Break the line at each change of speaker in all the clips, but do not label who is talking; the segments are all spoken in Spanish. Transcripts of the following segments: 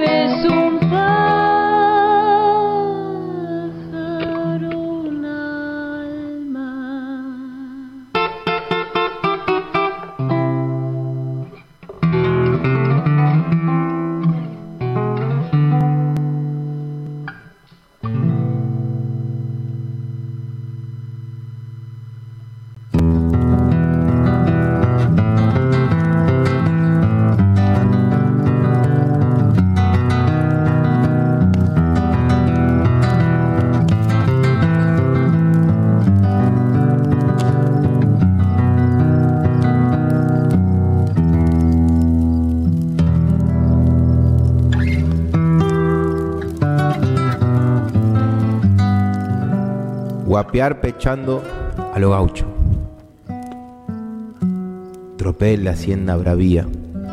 es un pájaro, un alma.
Guapear pechando a lo gaucho. Tropel la hacienda bravía.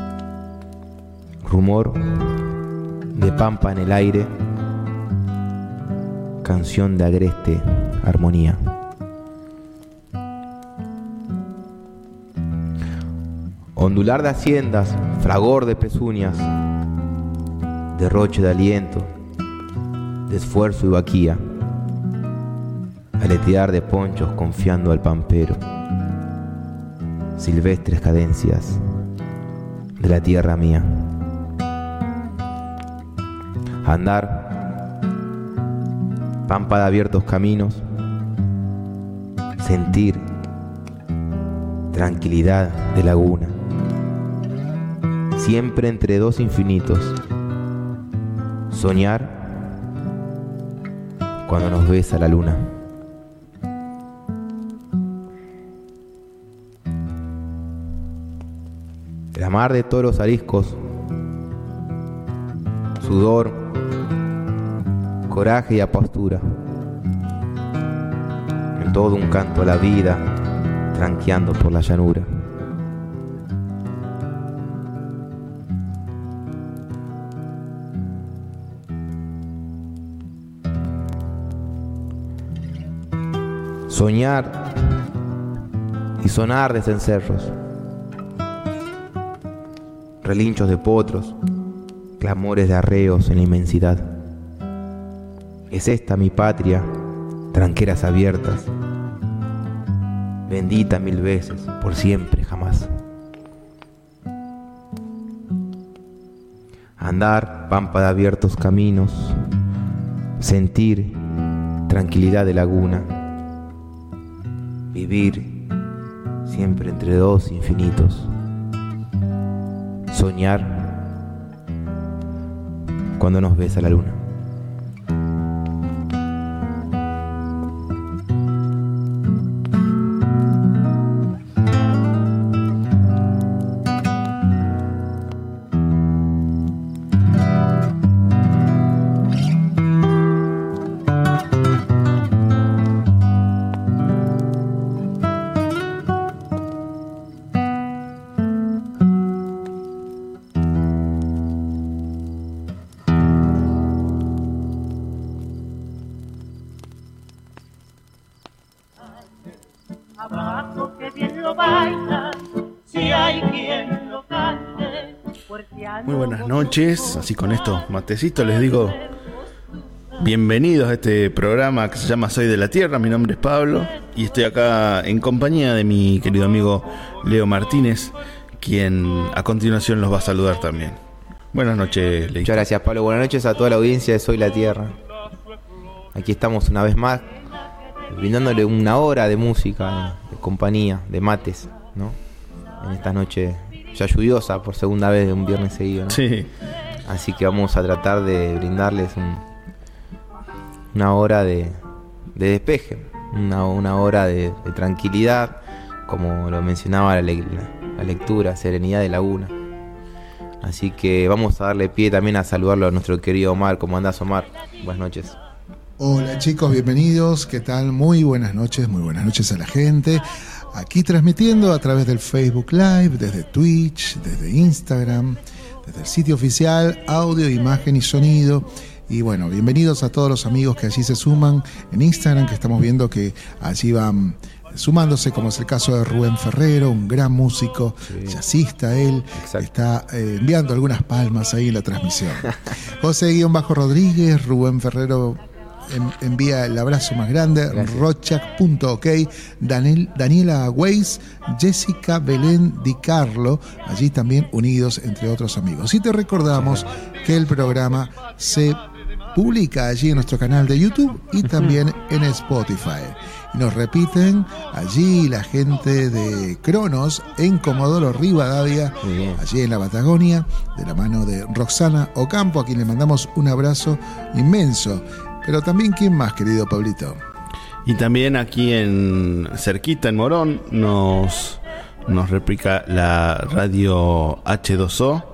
Rumor de pampa en el aire. Canción de agreste armonía. Ondular de haciendas, fragor de pezuñas, derroche de aliento, de esfuerzo y vaquía. Aletear de ponchos confiando al pampero, silvestres cadencias de la tierra mía. Andar, pampa de abiertos caminos, sentir tranquilidad de laguna, siempre entre dos infinitos. Soñar cuando nos besa la luna. La mar de toros ariscos, sudor, coraje y apostura, en todo un canto a la vida, tranqueando por la llanura. Soñar y sonar de cencerros, relinchos de potros, clamores de arreos en la inmensidad. Es esta mi patria, tranqueras abiertas, bendita mil veces, por siempre, jamás. Andar, pampa de abiertos caminos, sentir tranquilidad de laguna, vivir siempre entre dos infinitos. Soñar cuando nos besa la luna.
Abajo que bien lo baila, si hay quien lo cante.
Muy buenas noches, así con estos matecitos les digo bienvenidos a este programa que se llama Soy de la Tierra. Mi nombre es Pablo y estoy acá en compañía de mi querido amigo Leo Martínez, quien a continuación los va a saludar también. Buenas noches, Leo.
Muchas gracias, Pablo. Buenas noches a toda la audiencia de Soy la Tierra. Aquí estamos una vez más, brindándole una hora de música, de compañía, de mates, ¿no? En esta noche ya lluviosa por segunda vez de un viernes seguido, ¿no?
Sí.
Así que vamos a tratar de brindarles una hora de despeje, una hora de tranquilidad, como lo mencionaba la lectura, serenidad de laguna. Así que vamos a darle pie también a saludarlo a nuestro querido Omar. ¿Cómo andás, Omar? Buenas noches.
Hola chicos, bienvenidos, ¿qué tal? Muy buenas noches a la gente. Aquí transmitiendo a través del Facebook Live, desde Twitch, desde Instagram, desde el sitio oficial, audio, imagen y sonido. Y bueno, bienvenidos a todos los amigos que allí se suman en Instagram, que estamos viendo que allí van sumándose, como es el caso de Rubén Ferrero, un gran músico, jazzista él.
Exacto.
Está enviando algunas palmas ahí en la transmisión. José-Rodríguez, Rubén Ferrero envía el abrazo más grande. Rochak.ok, Daniela Weiss, Jessica Belén Di Carlo, allí también unidos entre otros amigos. Y te recordamos que el programa se publica allí en nuestro canal de YouTube y también en Spotify. Y nos repiten allí la gente de Cronos en Comodoro Rivadavia, allí en la Patagonia, de la mano de Roxana Ocampo, a quien le mandamos un abrazo inmenso. Pero también, ¿quién más, querido Pablito?
Y también aquí cerquita en Morón nos replica la radio H2O,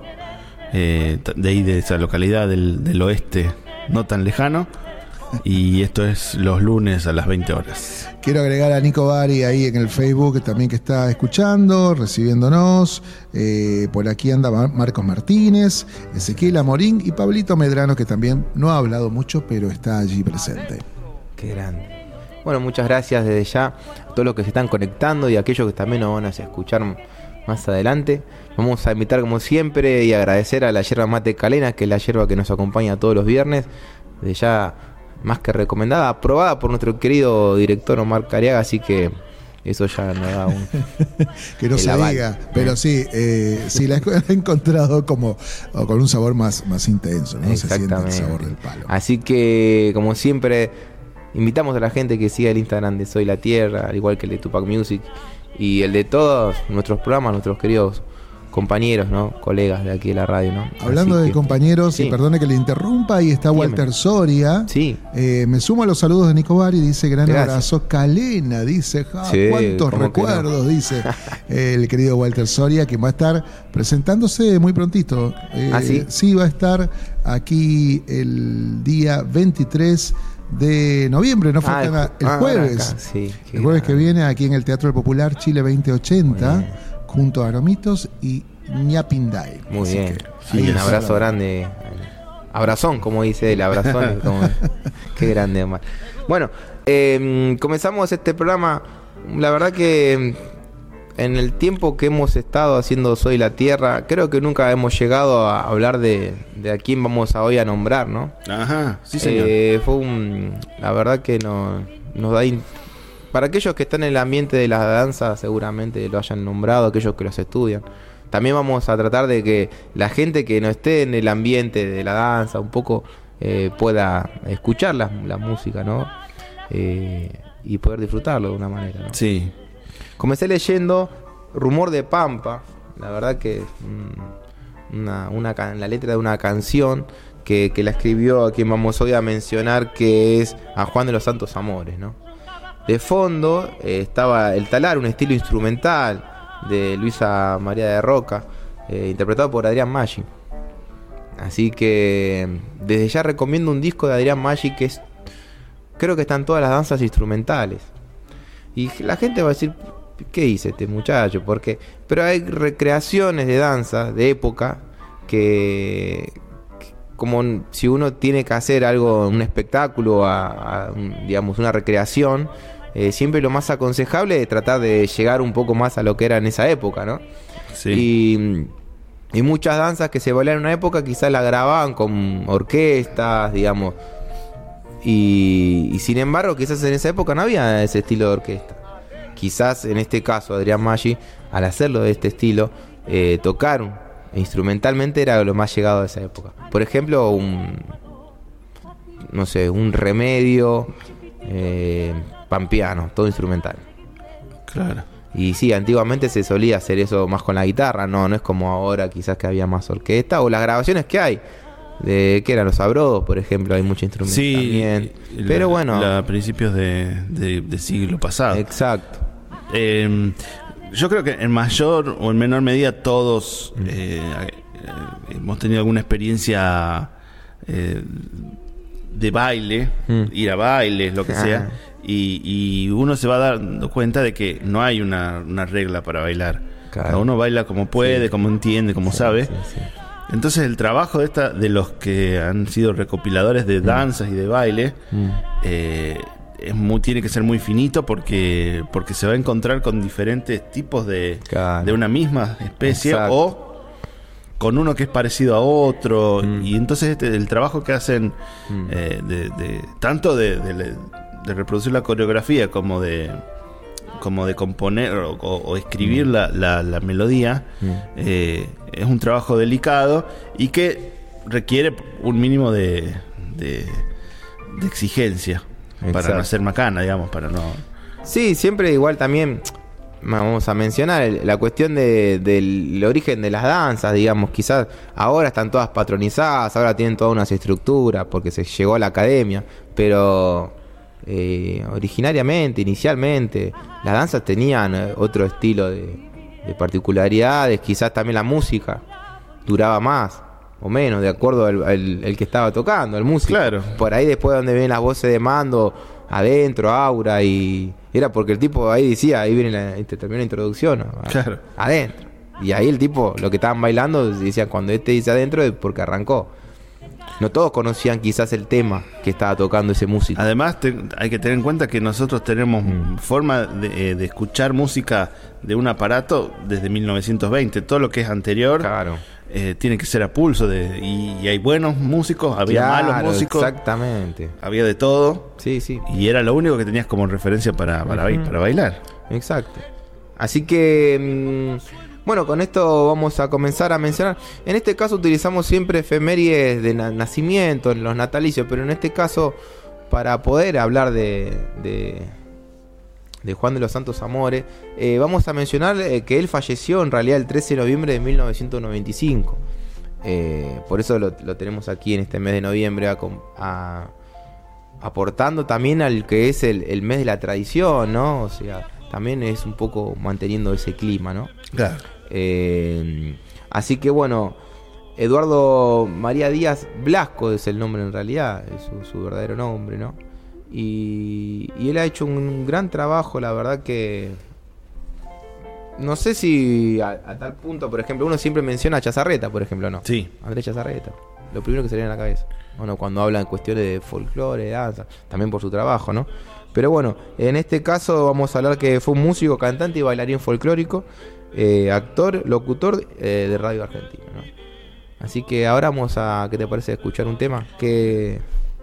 de ahí de esa localidad del oeste no tan lejano, y esto es los lunes a las 20 horas.
Quiero agregar a Nico Bari ahí en el Facebook también, que está escuchando, recibiéndonos. Por aquí anda Marcos Martínez, Ezequiel Amorín y Pablito Medrano, que también no ha hablado mucho, pero está allí presente.
Qué grande. Bueno, muchas gracias desde ya a todos los que se están conectando y a aquellos que también nos van a escuchar más adelante. Vamos a invitar, como siempre, y agradecer a la yerba mate Calena, que es la yerba que nos acompaña todos los viernes. Desde ya, más que recomendada, aprobada por nuestro querido director Omar Cariaga, así que eso ya nos da un...
que no se
aval.
diga, pero sí, la he encontrado como con un sabor más intenso, ¿no? Se siente el sabor del palo.
Así que, como siempre, invitamos a la gente que siga el Instagram de Soy la Tierra, al igual que el de Tupac Music y el de todos nuestros programas, nuestros queridos compañeros, ¿no? Colegas de aquí de la radio, ¿no?
Hablando
Así
de
que,
compañeros,
sí.
y perdone que le interrumpa, ahí está
Dígame.
Walter Soria.
Sí.
Me sumo a los saludos de Nico Bari, dice gran
Gracias.
abrazo. Calena, dice,
Sí,
cuántos
¿cómo que
recuerdos, dice el querido Walter Soria, que va a estar presentándose muy prontito.
¿Sí?
Sí, va a estar aquí el día 23 de noviembre, ¿no? El jueves.
Acá, sí,
El jueves que viene, aquí en el Teatro Popular Chile 2080, junto a Aromitos y Ñapinday.
Muy
Así
bien.
que ahí
Un
está
abrazo
la-
grande. Abrazón, como dice él, abrazón. Qué grande, Omar. Bueno, comenzamos este programa. La verdad que en el tiempo que hemos estado haciendo Soy la Tierra, creo que nunca hemos llegado a hablar de a quién vamos a hoy a nombrar, ¿no?
Ajá, sí señor.
La verdad que nos da... Para aquellos que están en el ambiente de la danza, seguramente lo hayan nombrado, aquellos que los estudian. También vamos a tratar de que la gente que no esté en el ambiente de la danza un poco pueda escuchar la música, ¿no? Y poder disfrutarlo de una manera, ¿no?
Sí.
Comencé leyendo Rumor de Pampa, la verdad que la letra de una canción que la escribió a quien vamos hoy a mencionar, que es a Juan de los Santos Amores, ¿no? De fondo estaba El Talar, un estilo instrumental de Luisa María de Roca, interpretado por Adrián Maggi. Así que desde ya recomiendo un disco de Adrián Maggi que creo que están todas las danzas instrumentales. Y la gente va a decir, ¿qué dice este muchacho? Pero hay recreaciones de danza de época que como si uno tiene que hacer algo, un espectáculo, digamos, una recreación, siempre lo más aconsejable es tratar de llegar un poco más a lo que era en esa época, ¿no?
Sí.
Y muchas danzas que se bailaban en una época quizás la grababan con orquestas, digamos, y sin embargo quizás en esa época no había ese estilo de orquesta. Quizás en este caso Adrián Maggi, al hacerlo de este estilo, tocar instrumentalmente era lo más llegado de esa época. Por ejemplo, un Remedio pampeano, todo instrumental.
Claro.
Y sí, antiguamente se solía hacer eso más con la guitarra, no es como ahora quizás que había más orquesta, o las grabaciones que hay de que eran los Abrodos, por ejemplo, hay mucho instrumento también. Pero bueno,
a principios de siglo pasado.
Exacto.
Yo creo que en mayor o en menor medida todos hemos tenido alguna experiencia de baile, ir a bailes, lo que sea, y uno se va dando cuenta de que no hay una regla para bailar.
Claro.
Cada uno baila como puede, como entiende, como sabe.
Sí.
Entonces el trabajo de los que han sido recopiladores de danzas y de baile tiene que ser muy finito porque se va a encontrar con diferentes tipos de una misma especie. Exacto. O con uno que es parecido a otro. Y entonces el trabajo que hacen tanto de reproducir la coreografía como de componer o escribir la melodía es un trabajo delicado y que requiere un mínimo de exigencia. Exacto. Para no ser macana, digamos, para no...
Sí, siempre igual también vamos a mencionar la cuestión del origen de las danzas, digamos, quizás ahora están todas patronizadas, ahora tienen todas unas estructuras porque se llegó a la academia, pero originariamente, inicialmente, las danzas tenían otro estilo de particularidades, quizás también la música duraba más o menos, de acuerdo al que estaba tocando, el músico.
Claro.
Por ahí después donde ven las voces de mando, adentro, aura, y era porque el tipo ahí decía, ahí viene terminó la introducción,
claro.
Adentro. Y ahí el tipo, lo que estaban bailando, decían, cuando dice adentro es porque arrancó. No todos conocían quizás el tema que estaba tocando ese músico.
Además, hay que tener en cuenta que nosotros tenemos forma de escuchar música de un aparato desde 1920. Todo lo que es anterior,
claro,
tiene que ser a pulso. Y hay buenos músicos, había malos músicos.
Exactamente.
Había de todo.
Sí, sí.
Y era lo único que tenías como referencia para bailar.
Exacto. Así que... bueno, con esto vamos a comenzar a mencionar. En este caso utilizamos siempre efemérides de nacimiento, en los natalicios, pero en este caso, para poder hablar de Juan de los Santos Amores, vamos a mencionar que él falleció en realidad el 13 de noviembre de 1995. Por eso lo tenemos aquí en este mes de noviembre, aportando también al que es el mes de la tradición, ¿no? O sea, también es un poco manteniendo ese clima, ¿no?
Claro.
Así que bueno, Eduardo María Díaz Blasco es el nombre en realidad, es su verdadero nombre, ¿no? Y él ha hecho un gran trabajo, la verdad que... No sé si a tal punto, por ejemplo, uno siempre menciona a Chazarreta, por ejemplo, ¿no?
Sí.
Andrés Chazarreta, lo primero que se le viene a la cabeza. Bueno, cuando hablan cuestiones de folclore, de danza, también por su trabajo, ¿no? Pero bueno, en este caso vamos a hablar que fue un músico, cantante y bailarín folclórico, actor, locutor de Radio Argentina, ¿no? Así que ahora vamos a, ¿qué te parece? Escuchar un tema. ¿Qué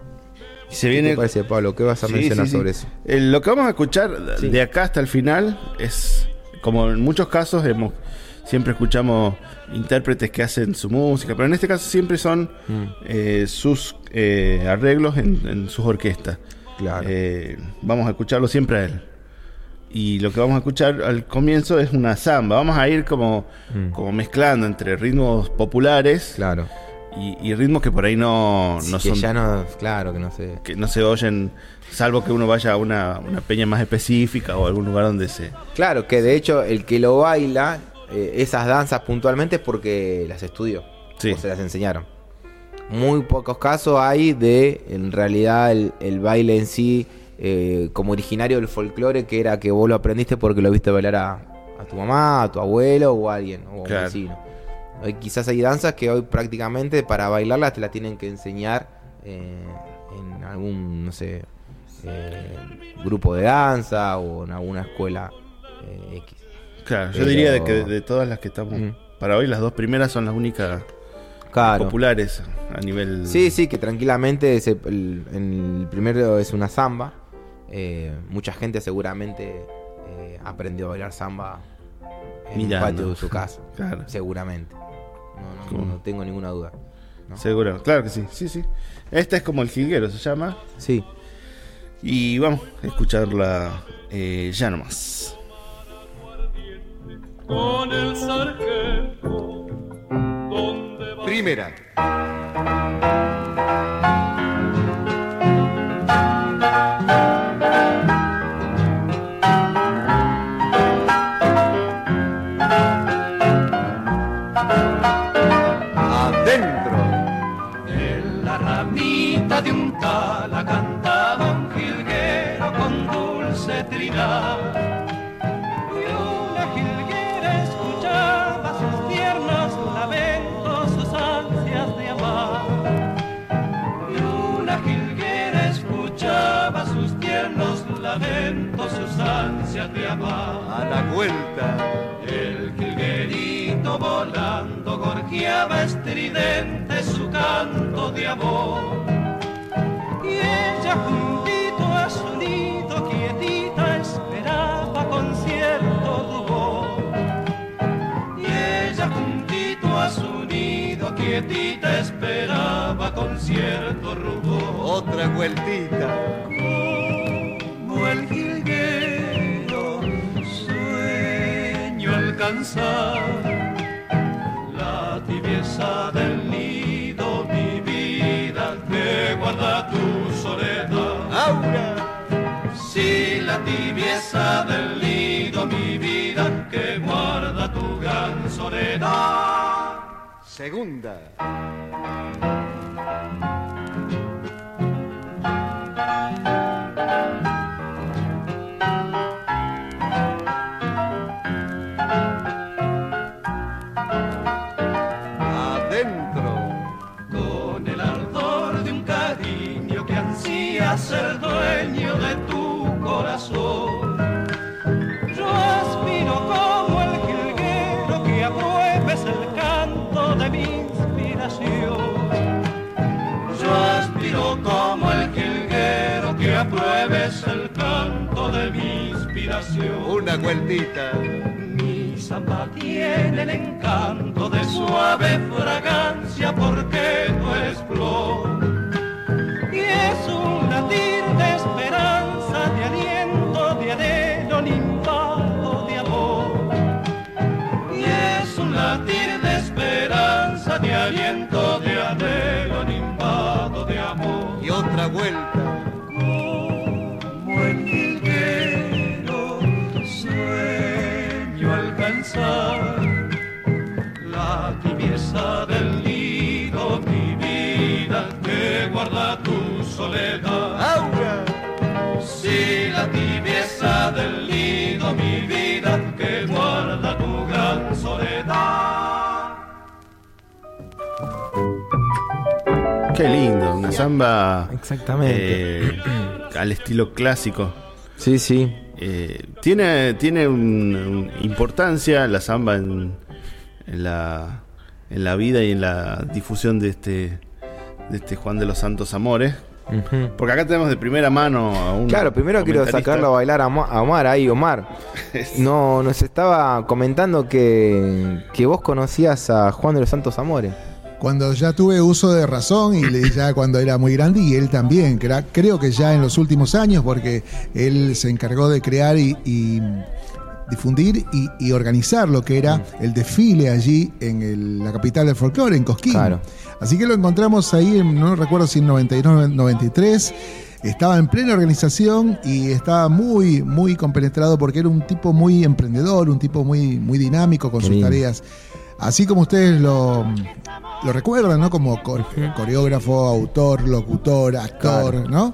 te parece, Pablo? ¿Qué vas a mencionar sobre eso?
Lo que vamos a escuchar de acá hasta el final es, como en muchos casos siempre escuchamos intérpretes que hacen su música, pero en este caso siempre son sus arreglos en sus orquestas.
Claro.
Vamos a escucharlo siempre a él. Y lo que vamos a escuchar al comienzo es una samba. Vamos a ir como mezclando entre ritmos populares,
claro,
y ritmos que por ahí no
que
son,
ya no, claro,
que no se oyen, salvo que uno vaya a una peña más específica o a algún lugar donde se...
Claro, que de hecho el que lo baila esas danzas puntualmente es porque las estudió,
sí,
o se las enseñaron. Muy pocos casos hay de, en realidad, el baile en sí, como originario del folclore, que era que vos lo aprendiste porque lo viste bailar a tu mamá, a tu abuelo o a alguien, o a un vecino. Hoy quizás hay danzas que hoy prácticamente para bailarlas te las tienen que enseñar en algún, no sé, grupo de danza o en alguna escuela X.
Claro, yo diría de que de todas las que estamos para hoy, las dos primeras son las únicas, claro, populares a nivel...
Sí, que tranquilamente el primero es una samba. Mucha gente seguramente aprendió a bailar samba en el patio de su casa, claro, seguramente. No tengo ninguna duda, ¿no?
Seguro, claro que sí. Esta es como el jilguero, se llama.
Sí.
Y vamos a escucharla ya nomás.
Con el sargento, ¿dónde va?
Primera. Adentro.
En la ramita de un tala cantaba un jilguero con dulce trinar. Y una jilguera escuchaba sus tiernos lamentos, sus ansias de amar. Y una jilguera escuchaba sus tiernos lamento, sus ansias de amar.
A la vuelta,
El jilguerito volando gorjeaba estridente su canto de amor. Y ella juntito a su nido quietita esperaba con cierto rubor. Y ella juntito a su nido quietita esperaba con cierto rubor.
otra vueltita.
Como el jilguero sueño alcanzar la tibieza del nido, mi vida que guarda tu soledad.
Aura,
Sí, la tibieza del nido, mi vida que guarda tu gran soledad.
segunda. Adentro,
Con el ardor de un cariño que ansía ser dueño de tu corazón. Yo aspiro como el jilguero que apruebes el canto de mi inspiración. Yo aspiro como el jilguero que apruebes el canto de mi inspiración.
una vueltita.
Mi samba tiene el encanto de suave fragancia porque no es flor. Y es un latir de esperanza, de aliento, de anhelo nimbado de amor. Y es un latir de esperanza, de aliento, de anhelo nimbado de amor.
Y otra vuelta.
Como el jilguero sueño alcanzar la tibieza del nido, mi vida que guarda tu soledad.
Aura,
Sí, la tibieza del nido, mi vida que guarda tu gran soledad.
Qué lindo, una samba
Exactamente.
al estilo clásico.
Sí, sí.
Tiene una importancia la samba en la vida y en la difusión de este Juan de los Santos Amores.
Ujú.
Porque acá tenemos de primera mano a un
Claro, primero quiero
comentarista.
sacarlo a bailar a Omar ahí, Omar. No, nos estaba comentando que vos conocías a Juan de los Santos Amores.
Cuando ya tuve uso de razón ya cuando era muy grande, y él también, creo que ya en los últimos años, porque él se encargó de crear y difundir y organizar lo que era el desfile allí en la capital del folclore, en Cosquín.
Claro.
Así que lo encontramos ahí, no recuerdo si en 92, 93, estaba en plena organización y estaba muy, muy compenetrado porque era un tipo muy emprendedor, un tipo muy, muy dinámico con
Qué
sus
lindo.
tareas. Así como ustedes lo recuerdan, ¿no? Como coreógrafo, autor, locutor, actor,
Claro.
¿no?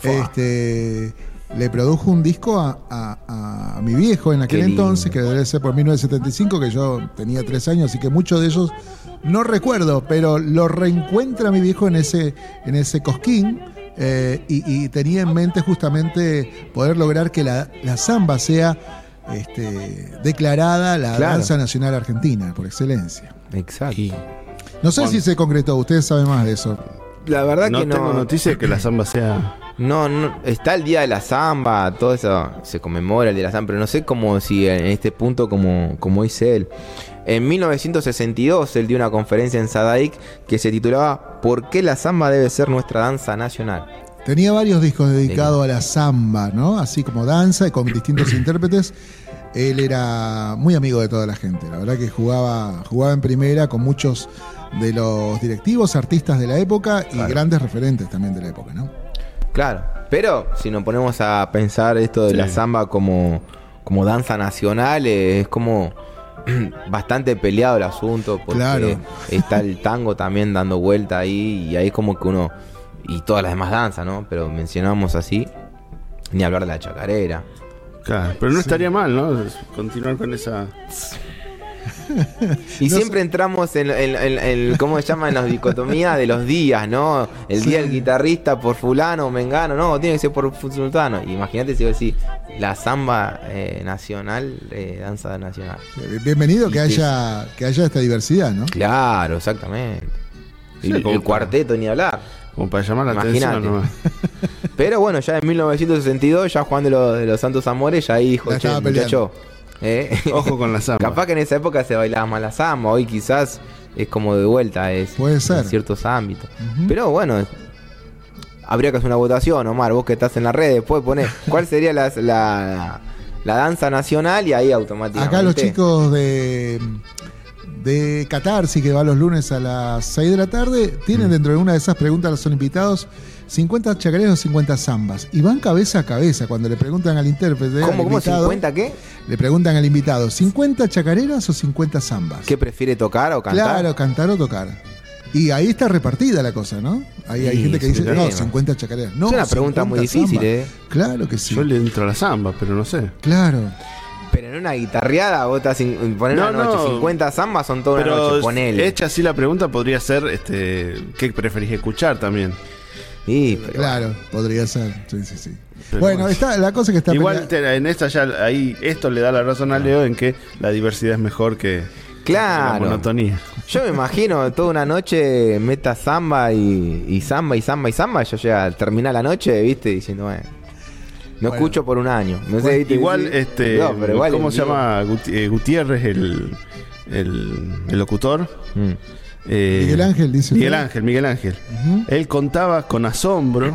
Le produjo un disco a mi viejo en aquel
Qué lindo.
entonces, que debe ser por 1975, que yo tenía 3 años, así que muchos de ellos no recuerdo, pero lo reencuentra mi viejo en ese Cosquín, y tenía en mente justamente poder lograr que la samba sea declarada la
Claro.
danza nacional argentina, por excelencia.
Exacto.
Y
No sé
Juan.
si se concretó, ustedes saben más de eso.
La verdad
no
que no.
tengo noticias de que la samba sea...
No, está el día de la samba, todo eso se conmemora el día de la samba, pero no sé cómo si en este punto como dice él. En 1962 él dio una conferencia en Sadaic que se titulaba ¿Por qué la samba debe ser nuestra danza nacional?
Tenía varios discos dedicados a la samba, ¿no? Así como danza y con distintos intérpretes. Él era muy amigo de toda la gente. La verdad que jugaba en primera con muchos de los directivos, artistas de la época y grandes referentes también de la época, ¿no?
Claro, pero si nos ponemos a pensar esto de
Sí.
la samba como danza nacional, es como bastante peleado el asunto, porque
Claro.
está el tango también dando vuelta ahí, y ahí como que uno, y todas las demás danzas, ¿no? Pero mencionamos así, ni hablar de la chacarera.
Claro, pero no estaría mal, ¿no? Continuar con esa...
Y
No
siempre
sé.
entramos en ¿cómo se llama? En las dicotomías de los días, ¿no? El día del guitarrista por fulano o mengano, no, tiene que ser por sultano. Imagínate si vos decís la samba nacional, danza nacional.
Bienvenido que
Y
haya esta diversidad, ¿no?
Claro, exactamente. Y
Sí, como
el cuarteto ni hablar.
Como para llamar la
Imagínate.
atención nomás.
Pero bueno, ya en 1962, ya Juan de los Santos Amores, ya ahí dijo,
La
che,
estaba
muchacho,
Ojo con la samba.
capaz que en esa época se bailaba más la samba, hoy quizás es como de vuelta,
Puede ser.
en ciertos ámbitos.
Ujú.
Pero bueno, habría que hacer una votación, Omar, vos que estás en la red, después ponés cuál sería la danza nacional y ahí automáticamente.
Acá los chicos de Catarsis, que va los lunes a las 6 de la tarde, tienen dentro de una de esas preguntas a los invitados 50 chacareras o 50 zambas. Y van cabeza a cabeza cuando le preguntan al intérprete. al
¿Cómo,
invitado,
50 qué?
Le preguntan al invitado, ¿50 chacareras o 50 zambas?
¿Qué prefiere tocar o cantar?
Claro, cantar o tocar. Y ahí está repartida la cosa, ¿no? Ahí hay
Sí,
gente que
sí,
dice,
claro.
no, 50 chacareras. No,
Es una pregunta muy
50
difícil,
zambas. Claro que sí.
Yo le entro a la samba, pero no sé.
Claro.
Pero en una guitarreada vos estás poner
No,
una noche,
no.
50 zambas son toda una
Pero
noche, ponele.
hecha así la pregunta podría ser ¿qué preferís escuchar también?
Sí, pero
Claro, podría ser. Sí, sí, sí.
Pero
Bueno,
bueno.
está la cosa que está
Igual
pelea-
en esta ya ahí esto le da la razón a Leo en que la diversidad es mejor que la
claro.
monotonía.
Yo me imagino toda una noche meta samba y samba y samba y samba. Yo ya al terminar la noche, viste, diciendo, no
Bueno.
escucho por un año. No sé,
Bueno,
¿viste?
Igual
No, pero igual
¿cómo
en
se
vivo.
llama? Gutiérrez el locutor.
Mm.
Miguel Ángel, dice usted.
Miguel Ángel.
Ujú.
Él contaba con asombro.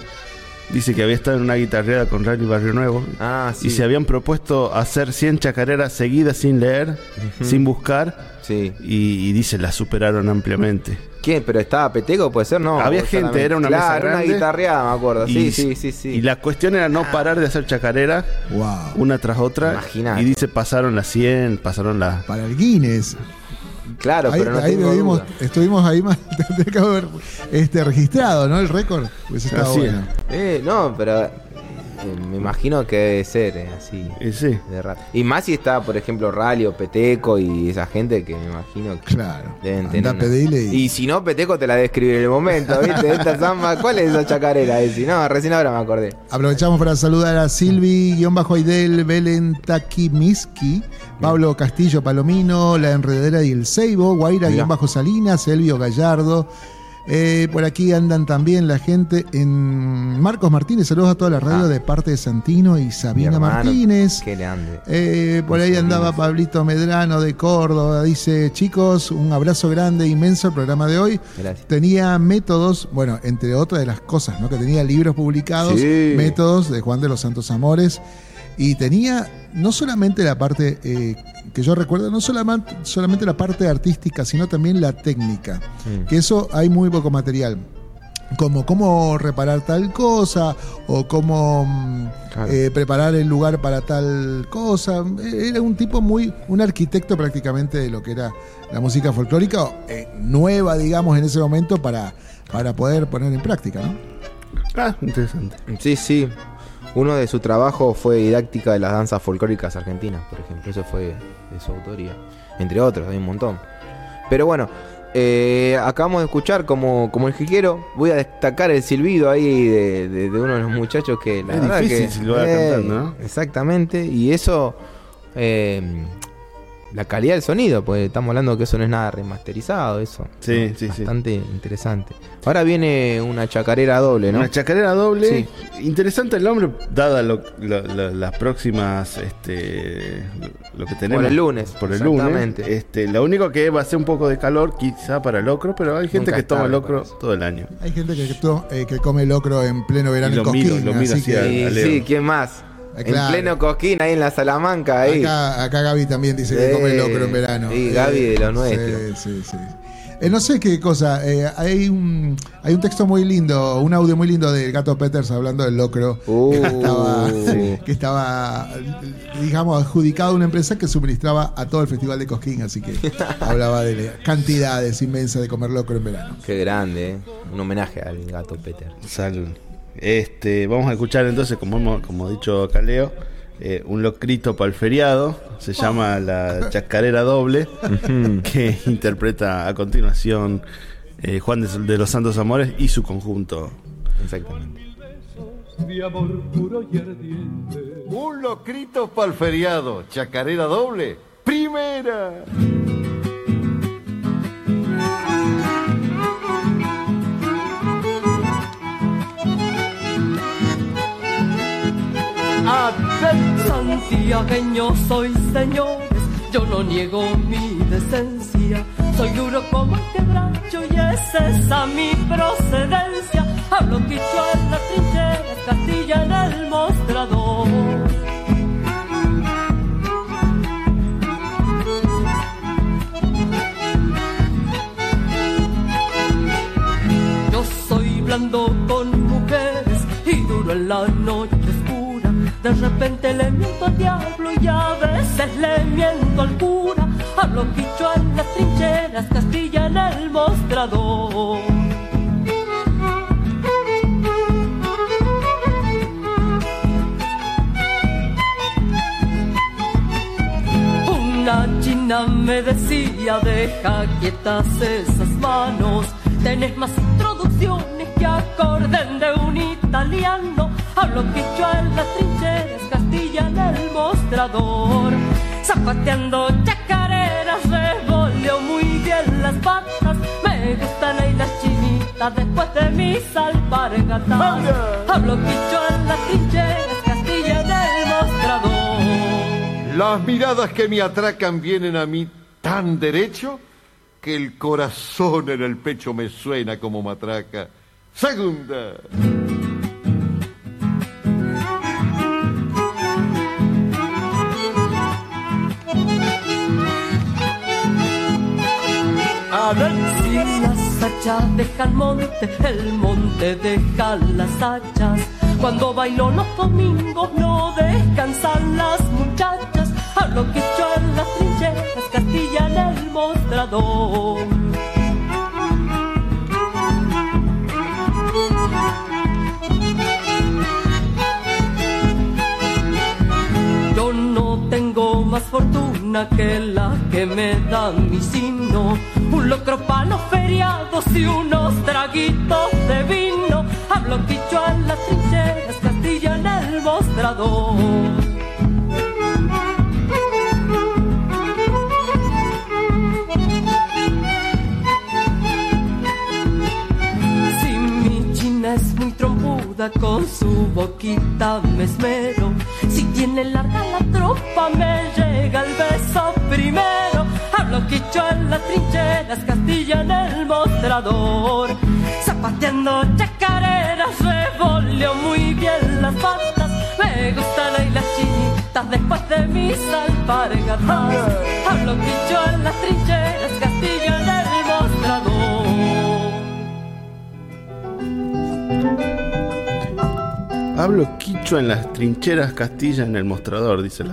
Dice que había estado en una guitarreada con Rally Barrio Nuevo.
Ah, sí.
Y se habían propuesto hacer 100 chacareras seguidas sin leer, sin buscar.
Sí.
Y dice, las superaron ampliamente.
¿Quién? ¿Pero estaba Peteco? ¿Puede ser? No.
Había
vos
gente,
solamente.
era una mesa
Claro,
grande.
una guitarreada, me acuerdo. Sí,
Y-
sí.
Y la cuestión era no parar de hacer chacarera
Wow.
una tras otra.
Imaginate.
Y dice, pasaron las 100, pasaron las...
Para el Guinness.
Claro,
Ahí,
pero no
ahí
tengo
debimos-
duda.
estuvimos ahí más. Tendría que haber registrado, ¿no? El récord. Pues está
Así
bueno.
No, pero me imagino que debe ser así.
Sí.
De rato. Y más si está, por ejemplo, Rally o Peteco y esa gente que me imagino que
Claro.
deben
Andá
tener.
a pedirle y-
Y si no, Peteco te la debe escribir en el momento, ¿viste? Esta samba, ¿cuál es esa chacarera? Si no, recién ahora me acordé.
Aprovechamos para saludar a Silvi-Aidel, Belén Takimiski, Pablo Castillo Palomino, La Enredadera y el Ceibo, Guaira-Salinas, Elvio Gallardo. Por aquí andan también la gente en Marcos Martínez. Saludos a toda la radio de parte de Santino y
Mi
Sabina
hermano,
Martínez.
Qué grande.
Por ahí andaba Pablito Medrano de Córdoba. Dice, chicos, un abrazo grande, inmenso el programa de hoy.
Gracias.
Tenía métodos, bueno, entre otras de las cosas, ¿no? Que tenía libros publicados,
Sí.
métodos de Juan de los Santos Amores. Y tenía no solamente la parte que yo recuerdo, no solamente la parte artística, sino también la técnica. Que eso hay muy poco material. Como cómo reparar tal cosa o cómo
Claro.
preparar el lugar para tal cosa. Era un tipo un arquitecto prácticamente de lo que era la música folclórica, nueva, digamos, en ese momento para poder poner en práctica, ¿no?
Ah, interesante.
Sí. Uno de sus trabajos fue didáctica de las danzas folclóricas argentinas, por ejemplo. Eso fue de su autoría. Entre otros, hay un montón. Pero bueno, acabamos de escuchar como el jiquero. Voy a destacar el silbido ahí de uno de los muchachos que la
Es
verdad
difícil
que
silbar cantando, ¿no?
Exactamente. Y eso, la calidad del sonido, pues estamos hablando que eso no es nada remasterizado, eso.
Sí,
¿no?
sí.
Bastante interesante. Ahora viene una chacarera doble, ¿no?
Una chacarera doble.
Sí.
Interesante el nombre, dada las próximas, lo que tenemos.
Por el lunes,
Por el lunes.
exactamente.
Lo único que va a ser un poco de calor, quizá para el locro, pero hay gente
Nunca
que
es
toma
tarde
locro
para eso.
todo el año.
Hay gente que come locro en pleno verano
Y
en
lo miro,
Cosquín.
lo miro
así
así a-
que
Leo.
Sí, ¿quién más?
Claro.
En pleno Cosquín, ahí en la Salamanca, ahí.
acá Gaby también dice que come locro en verano.
Sí, Gaby de los nuestros.
Sí. No sé qué cosa, hay un texto muy lindo, un audio muy lindo del Gato Peters hablando del locro que estaba, digamos, adjudicado a una empresa que suministraba a todo el Festival de Cosquín, así que hablaba de cantidades inmensas de comer locro en verano.
Qué grande, ¿eh? Un homenaje al Gato Peter.
Salud. Vamos a escuchar entonces, como ha dicho acá Leo, un locrito para el feriado, se llama La Chacarera Doble, que interpreta a continuación Juan de los Santos Amores y su conjunto.
Exactamente.
De amor puro y ardiente.
Un locrito pa'l feriado, chacarera doble, primera.
Santiagueño soy, señores, yo no niego mi decencia. Soy duro como el quebracho y es esa mi procedencia. Hablo quichua en las trincheras, Castilla en el mostrador. Yo soy blando con mujeres y duro en la noche oscura. De repente le miento al diablo y a veces le miento al cura. Hablo quichua en las trincheras, Castilla en el mostrador. Una china me decía, deja quietas esas manos. Tenés más introducciones que acorden de un italiano. Hablo quichua en las trincheras, Castilla en el mostrador. Zapateando chacareras, revoleo muy bien las patas. Me gustan ahí las chinitas después de mis alpargatas. Hablo quichua en las trincheras, Castilla en el mostrador.
Las miradas que me atracan vienen a mí tan derecho que el corazón en el pecho me suena como matraca. Segunda.
Si las hachas dejan monte, el monte deja las hachas. Cuando bailo los domingos no descansan las muchachas. Hablo quichua en las trincheras, Castilla en el mostrador. Yo no tengo más fortuna que la que me da mi signo. Un locro pa' los feriados y unos traguitos de vino. Hablo quichua en las trincheras, Castilla en el mostrador. Si mi china es muy trompuda, con su boquita me esmero. Si tiene larga la tropa, me llega el beso primero. Hablo quichua en las trincheras, Castilla en el mostrador. Zapateando chacareras, revoleo muy bien las patas. Me gustan ahí las chinitas después de mis alpargatas. Hablo quichua en las trincheras, Castilla en el mostrador.
Hablo quichua en las trincheras, Castilla en el mostrador, dice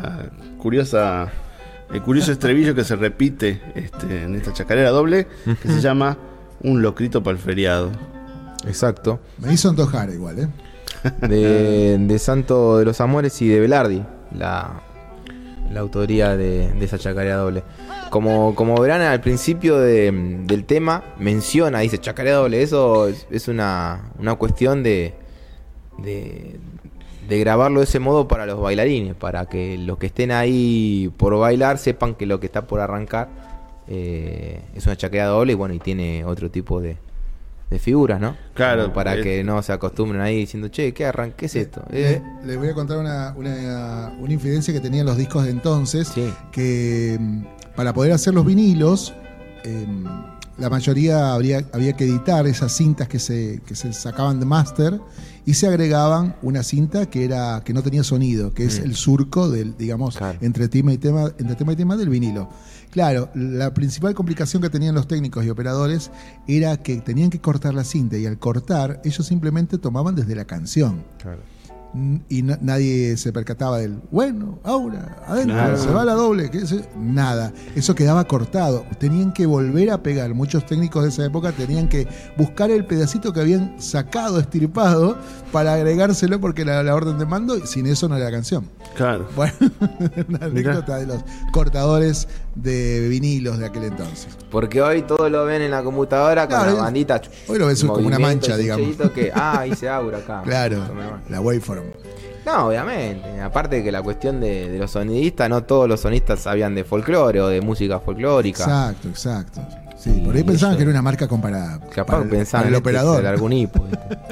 el curioso estribillo que se repite en esta chacarera doble, que se llama Un locrito para el feriado.
Exacto.
Me hizo antojar igual,
De Santo de los Amores y de Velardi, la autoría de esa chacarera doble. Como verán al principio del tema, menciona, dice chacarera doble. Eso es una cuestión de grabarlo de ese modo para los bailarines, para que los que estén ahí por bailar sepan que lo que está por arrancar es una chacarera doble, y bueno, y tiene otro tipo de figuras, ¿no?
Claro.
Como para que no se acostumbren ahí diciendo, che, ¿qué es esto?
Les voy a contar una infidencia que tenían los discos de entonces,
Sí.
que para poder hacer los vinilos, la mayoría había que editar esas cintas que se sacaban de máster, y se agregaban una cinta que no tenía sonido, que es el surco del, digamos,
Claro.
entre tema y tema del vinilo. Claro, la principal complicación que tenían los técnicos y operadores era que tenían que cortar la cinta, y al cortar ellos simplemente tomaban desde la canción.
Claro.
y nadie se percataba del, bueno, ahora, adentro,
Claro.
se va la doble, nada, eso quedaba cortado, tenían que volver a pegar, muchos técnicos de esa época tenían que buscar el pedacito que habían sacado, estirpado, para agregárselo porque la orden de mando, y sin eso no era la canción.
Claro.
Bueno, una anécdota de los cortadores de vinilos de aquel entonces.
Porque hoy todo lo ven en la computadora con
Claro,
la bandita.
hoy lo ves como una
movimiento,
mancha,
ese
digamos.
sellito que, hice aura acá.
Claro, la waveform.
No, obviamente. Aparte de que la cuestión de los sonidistas, no todos los sonistas sabían de folclore o de música folclórica.
Exacto. Sí, por ahí
Y
pensaban
eso-
que era una marca comparada.
Capaz pensaban
para el operador.
el algún hipo.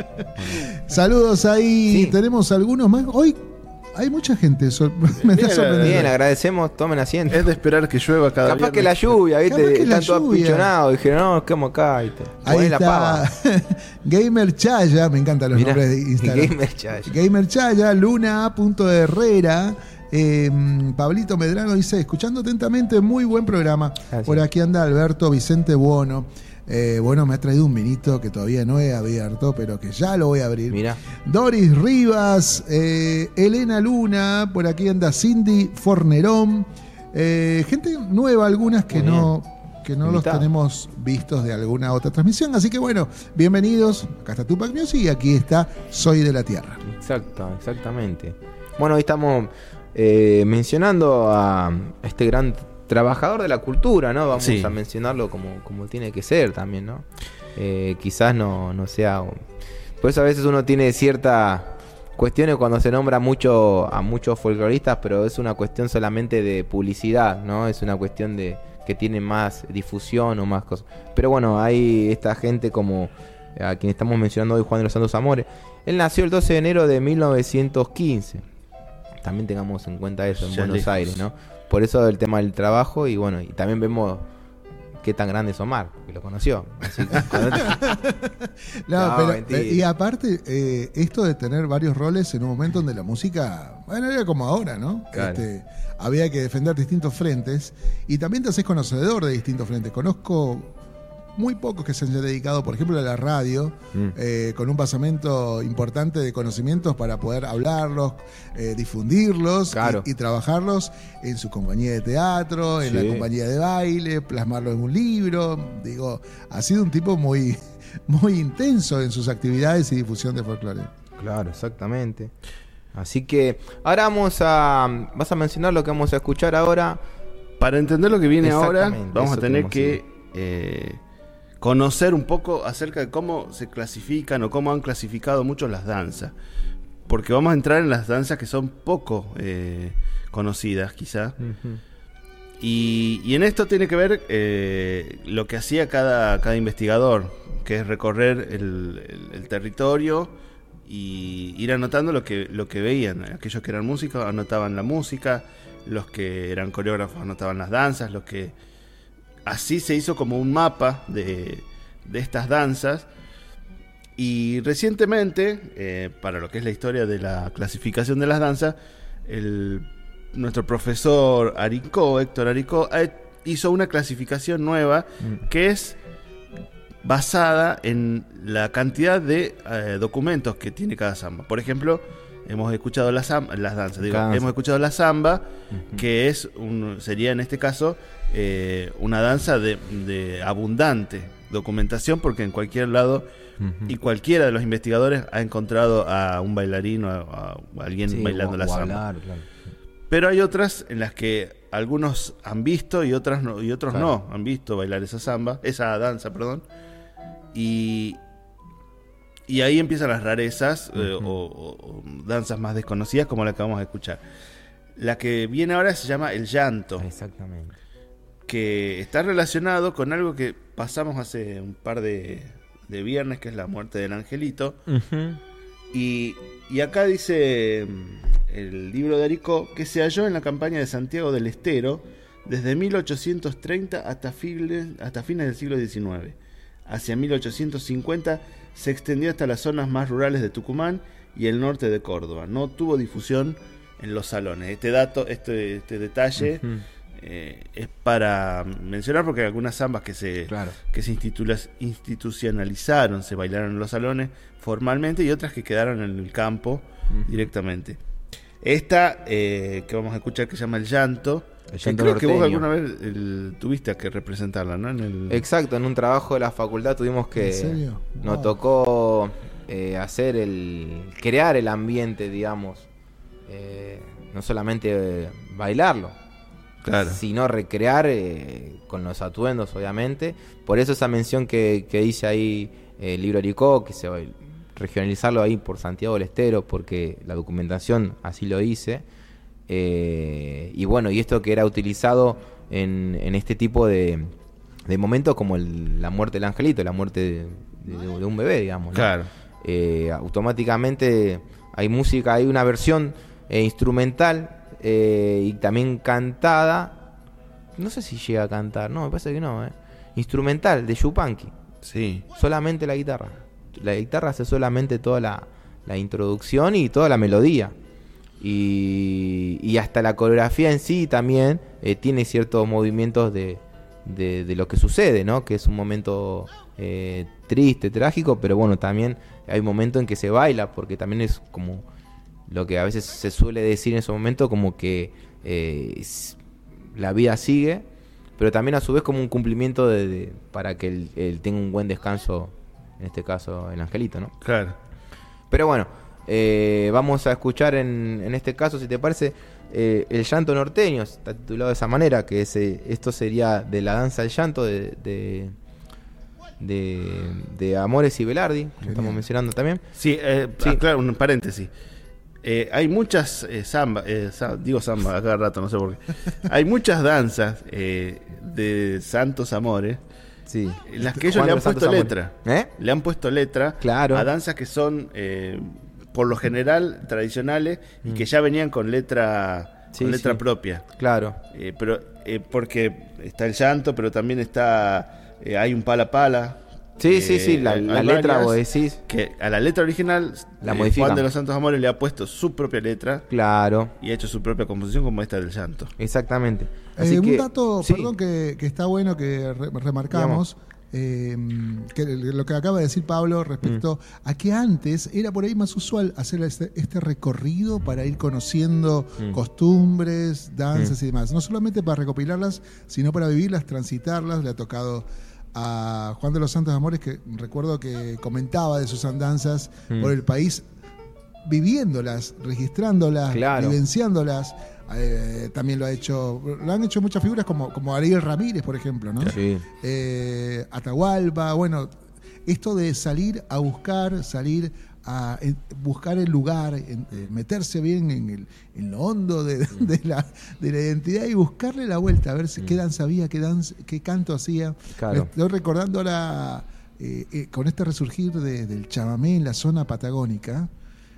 Saludos ahí,
Sí.
tenemos algunos más. Hoy hay mucha gente, me está
Bien,
sorprendiendo.
Bien, agradecemos, tomen asiento.
Es de esperar que llueva cada
Capaz
viernes.
que la lluvia,
Capaz
¿viste?
que la
Están todos
lluvia.
apichonados. Dijeron, no, quedamos acá, ¿viste?
Ahí
Poné la pava.
está Gamer Chaya, me encantan los
Mirá,
nombres de Instagram.
Gamer Chaya.
Gamer Chaya, Luna.Herrera, Pablito Medrano dice, escuchando atentamente, muy buen programa.
Gracias.
Por aquí anda Alberto Vicente Bono. Bueno, me ha traído un vinito que todavía no he abierto, pero que ya lo voy a abrir.
Mirá.
Doris Rivas, Elena Luna, por aquí anda Cindy Fornerón. Gente nueva, algunas que
Muy
no los
Invitado.
tenemos vistos de alguna otra transmisión. Así que bueno, bienvenidos. Acá está Tupac News y aquí está Soy de la Tierra.
Exactamente. Bueno, hoy estamos mencionando a este gran trabajador de la cultura, ¿no? Vamos
Sí.
a mencionarlo como tiene que ser también, ¿no? Quizás no sea... Por eso a veces uno tiene ciertas cuestiones cuando se nombra mucho a muchos folcloristas, pero es una cuestión solamente de publicidad, ¿no? Es una cuestión de que tiene más difusión o más cosas. Pero bueno, hay esta gente como a quien estamos mencionando hoy, Juan de los Santos Amores. Él nació el 12 de enero de 1915. También tengamos en cuenta eso en
Ya
Buenos
lejos.
Aires, ¿no? Por eso el tema del trabajo y bueno, y también vemos qué tan grande es Omar, que lo conoció. Así que,
No,
No,
pero,
mentira.
y aparte, esto de tener varios roles en un momento donde la música, bueno, era como ahora, ¿no?
Claro.
Había que defender distintos frentes y también te haces conocedor de distintos frentes. Conozco muy pocos que se han dedicado, por ejemplo, a la radio, con un basamento importante de conocimientos para poder hablarlos, difundirlos
Claro.
y trabajarlos en su compañía de teatro, en
Sí.
la compañía de baile, plasmarlo en un libro. Digo, ha sido un tipo muy, muy intenso en sus actividades y difusión de folclore.
claro, exactamente. Así que ahora vas a mencionar lo que vamos a escuchar ahora.
Para entender lo que viene ahora,
Exactamente,
vamos a
eso
tener
queremos
que conocer un poco acerca de cómo se clasifican o cómo han clasificado mucho las danzas. Porque vamos a entrar en las danzas que son poco conocidas, quizá. Y en esto tiene que ver lo que hacía cada investigador, que es recorrer el territorio y ir anotando lo que veían. Aquellos que eran músicos anotaban la música, los que eran coreógrafos anotaban las danzas, los que... Así se hizo como un mapa de estas danzas. Y recientemente, para lo que es la historia de la clasificación de las danzas, nuestro profesor Héctor Aricó, hizo una clasificación nueva que es basada en la cantidad de documentos que tiene cada samba. Por ejemplo, hemos escuchado las danzas, hemos escuchado la samba, que sería en este caso una danza de abundante documentación, porque en cualquier lado y cualquiera de los investigadores ha encontrado a un bailarín o a alguien bailando la samba.
Claro.
Pero hay otras en las que algunos han visto y otros no han visto bailar esa danza, perdón. Y ahí empiezan las rarezas o danzas más desconocidas como la que vamos a escuchar. La que viene ahora se llama el llanto.
Exactamente.
Que está relacionado con algo que pasamos hace un par de viernes, que es la muerte del angelito. Y acá dice el libro de Aricó que se halló en la campaña de Santiago del Estero desde 1830 hasta fines del siglo XIX. Hacia 1850 se extendió hasta las zonas más rurales de Tucumán y el norte de Córdoba. No tuvo difusión en los salones. Este detalle es para mencionar, porque hay algunas zambas que se institucionalizaron, se bailaron en los salones formalmente, y otras que quedaron en el campo directamente. Esta que vamos a escuchar, que se llama El Llanto.
El Llanto
creo que vos
Norteño.
alguna vez tuviste que representarla, ¿no?
Exacto, en un trabajo de la facultad tuvimos
¿En
que...
serio?
Nos
Wow.
tocó crear el ambiente, digamos. No solamente bailarlo,
Claro.
sino recrear con los atuendos, obviamente. Por eso esa mención que dice ahí el libro Aricó, que se va a regionalizarlo ahí por Santiago del Estero, porque la documentación así lo dice. Y bueno, y esto que era utilizado en este tipo de momentos como la muerte del angelito, la muerte de un bebé, digamos, ¿no?
Claro.
Automáticamente hay música, hay una versión instrumental y también cantada. No sé si llega a cantar, no, me parece que no. Instrumental de Yupanqui,
Sí.
solamente la guitarra. La guitarra hace solamente toda la introducción y toda la melodía. Y hasta la coreografía en sí también tiene ciertos movimientos de lo que sucede, ¿no? Que es un momento triste, trágico, pero bueno, también hay momentos en que se baila, porque también es como lo que a veces se suele decir en ese momento, como que la vida sigue, pero también a su vez como un cumplimiento para que él tenga un buen descanso, en este caso el angelito, ¿no?
Claro.
Pero bueno, vamos a escuchar en este caso, si te parece, El Llanto Norteño, está titulado de esa manera, que esto sería de la danza del llanto de Amores y Velardi, como estamos mencionando también.
Sí,
Sí.
claro, un paréntesis. Hay muchas digo samba a cada rato, no sé por qué. Hay muchas danzas de santos amores,
Sí.
en las que ellos
Juan
le
de
han
los Santos
puesto
Amores.
letra.
¿Eh?
Le han puesto letra
Claro.
a danzas que son, por lo general, tradicionales y que ya venían con letra,
Sí,
con letra
sí.
propia.
Claro.
Pero porque está el llanto, pero también está hay un pala pala.
Sí, sí, la
hay
letra
varias
vos decís.
que a la letra original
La modifican.
Juan de los Santos Amores le ha puesto su propia letra
Claro,
y ha hecho su propia composición, como esta del llanto.
exactamente. Así
Un
que,
dato,
sí.
perdón, que está bueno que remarcamos, que lo que acaba de decir Pablo respecto a que antes era por ahí más usual hacer este recorrido para ir conociendo costumbres, danzas y demás. No solamente para recopilarlas, sino para vivirlas, transitarlas. Le ha tocado a Juan de los Santos Amores, que recuerdo que comentaba de sus andanzas por el país, viviéndolas, registrándolas,
Claro.
vivenciándolas. También lo han hecho muchas figuras como Ariel Ramírez, por ejemplo, ¿no?
Sí.
Atahualpa, bueno, esto de salir a buscar, buscar el lugar, meterse bien en lo hondo de la identidad y buscarle la vuelta, a ver qué danza había, qué canto hacía.
Claro.
Me estoy recordando ahora, con este resurgir del chamamé en la zona patagónica,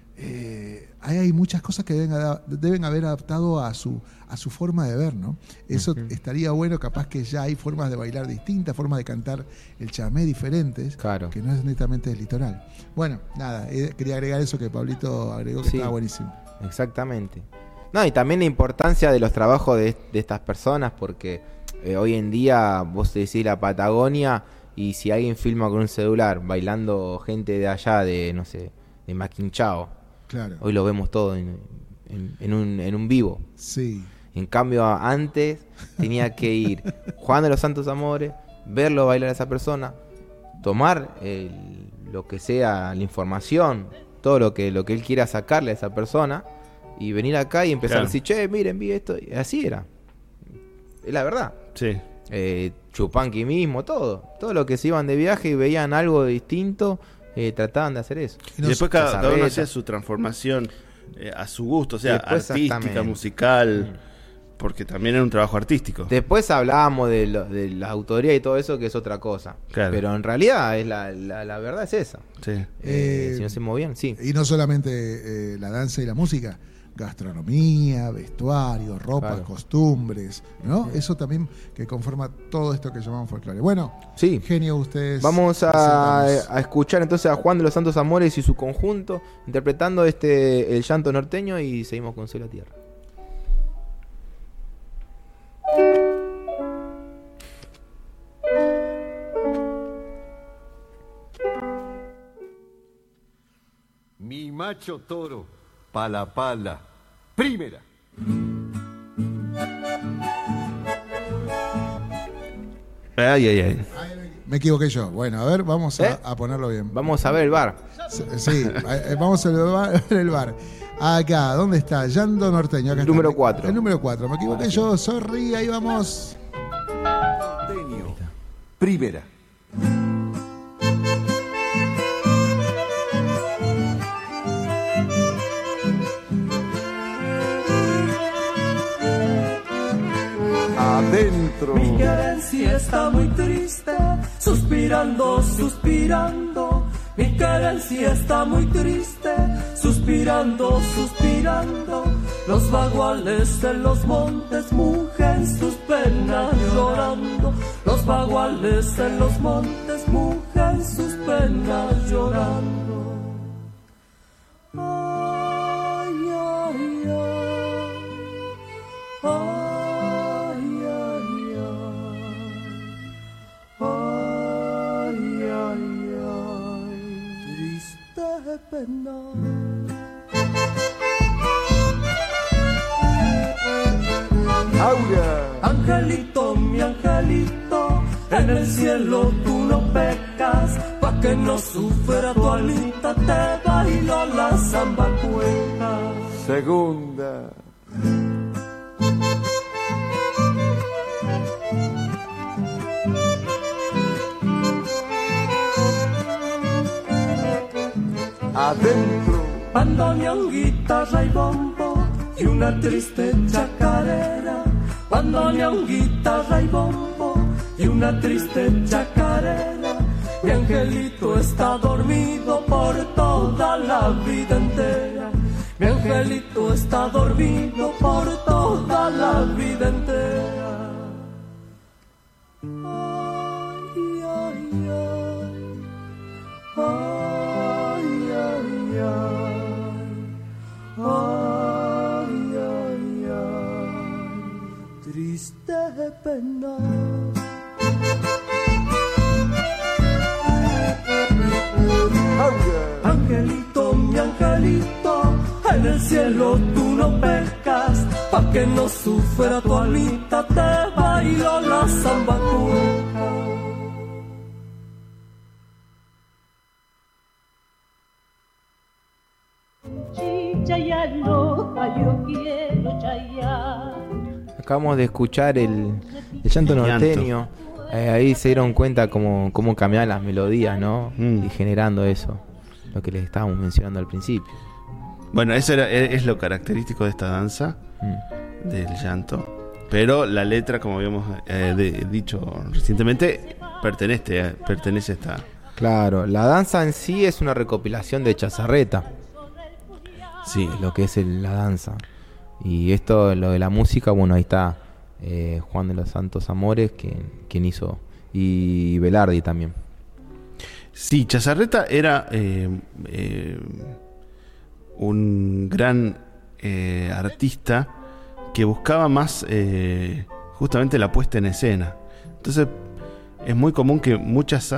hay muchas cosas que deben haber adaptado a su forma de ver, ¿no? Eso estaría bueno, capaz que ya hay formas de bailar distintas, formas de cantar el chamamé diferentes,
Claro.
que no es netamente del litoral. Bueno, nada, quería agregar eso que Pablito agregó, que
Sí.
estaba buenísimo.
Exactamente. No, y también la importancia de los trabajos de estas personas, porque hoy en día vos decís la Patagonia y si alguien filma con un celular bailando gente de allá, de no sé, de Maquinchao,
Claro.
hoy lo vemos todo en un vivo.
Sí.
En cambio, antes tenía que ir Juan de los Santos Amores, verlo bailar a esa persona, tomar lo que sea la información, todo lo que él quiera sacarle a esa persona y venir acá y empezar
Claro.
a decir, che, miren, vi esto. Y así era. Es la verdad.
Sí.
Chupanqui mismo, todo lo que se iban de viaje y veían algo distinto, trataban de hacer eso.
Y después cada uno
Zarreta.
hacía su transformación a su gusto, o sea,
Después,
artística,
exactamente.
musical, porque también era un trabajo artístico.
Después hablábamos de la autoría y todo eso, que es otra cosa.
Claro.
Pero en realidad es la verdad es esa.
Sí.
Si no se movían, sí.
Y no solamente la danza y la música, gastronomía, vestuario, ropas,
Claro.
costumbres, ¿no? Eso también que conforma todo esto que llamamos folclore. Bueno,
Sí.
genio ustedes.
Vamos
presentanos.
a escuchar entonces a Juan de los Santos Amores y su conjunto interpretando El Llanto Norteño y seguimos con Soy la Tierra.
Mi macho toro Pala Pala, primera.
Ay.
Me equivoqué yo. Bueno, a ver, vamos a ponerlo bien.
Vamos a ver el bar.
Sí, vamos a ver el bar. Acá, ¿dónde está? Llanto Norteño. Acá
Número
está.
4.
El número 4. Me equivoqué yo, sorry, ahí vamos.
Norteño, primera. Adentro.
Mi querencia está muy triste, suspirando, suspirando. Mi querencia está muy triste, suspirando, suspirando. Los baguales de los montes mugen sus penas llorando. Los baguales de los montes mugen sus penas llorando. Ay, ay, ay. Ay, ay, ay. Ay, ay, ay. Triste pena.
Aura.
Angelito, mi angelito, en el cielo tú no pecas, pa' que no sufra tu alita, te bailo la samba cueca.
Segunda. Adentro.
Bandoneón, guitarra y bombo y una triste chacarera. Bandoneón, guitarra y bombo y una triste chacarera. Mi angelito está dormido por toda la vida entera. Mi angelito está dormido por toda la vida entera. Ay, ay, ay. Ay, ay, ay. Ay, ay, ay. Triste pena. Angelito, mi angelito, en el cielo tú no pecas, pa' que no sufra tu almita, te bailo la samba cueca.
Acabamos de escuchar el llanto norteño. Ahí se dieron cuenta cómo cambiaban las melodías, ¿no? Y generando eso, lo que les estábamos mencionando al principio.
Bueno, eso es lo característico de esta danza, del llanto. Pero la letra, como habíamos dicho recientemente, pertenece a esta...
Claro, la danza en sí es una recopilación de Chazarreta.
Sí,
Lo que es la danza. Y esto, lo de la música, bueno, ahí está Juan de los Santos Amores, quien hizo, y Velardi también.
Sí, Chazarreta era un gran artista que buscaba más justamente la puesta en escena. Entonces es muy común que muchas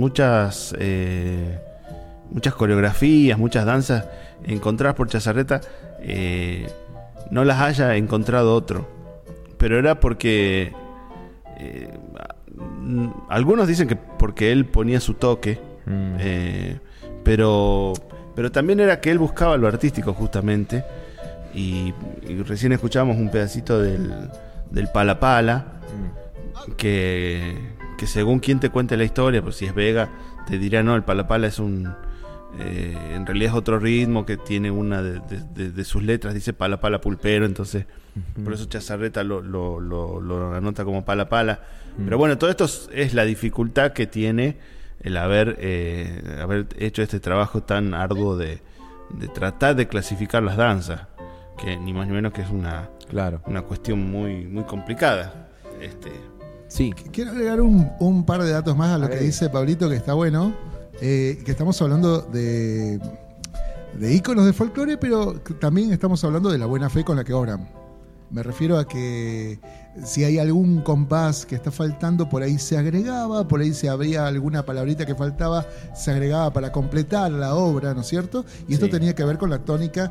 coreografías, muchas danzas encontradas por Chazarreta no las haya encontrado otro. Pero era porque algunos dicen que porque él ponía su toque, pero también era que él buscaba lo artístico justamente. Y recién escuchábamos un pedacito del Pala Pala, que según quien te cuente la historia, pues si es Vega te dirá no, el Pala Pala es en realidad es otro ritmo que tiene una de sus letras, dice Pala Pala Pulpero, entonces por eso Chazarreta lo anota como Pala Pala. Pero bueno, todo esto es la dificultad que tiene el haber hecho este trabajo tan arduo de tratar de clasificar las danzas, que ni más ni menos que es una cuestión muy, muy complicada.
Sí.
Quiero agregar un par de datos más a lo que dice Pablito, que está bueno. Que estamos hablando de íconos de folclore, pero también estamos hablando de la buena fe con la que obran. Me refiero a que si hay algún compás que está faltando, por ahí se agregaba, por ahí se había alguna palabrita que faltaba, se agregaba para completar la obra, ¿no es cierto? Y esto tenía que ver con la tónica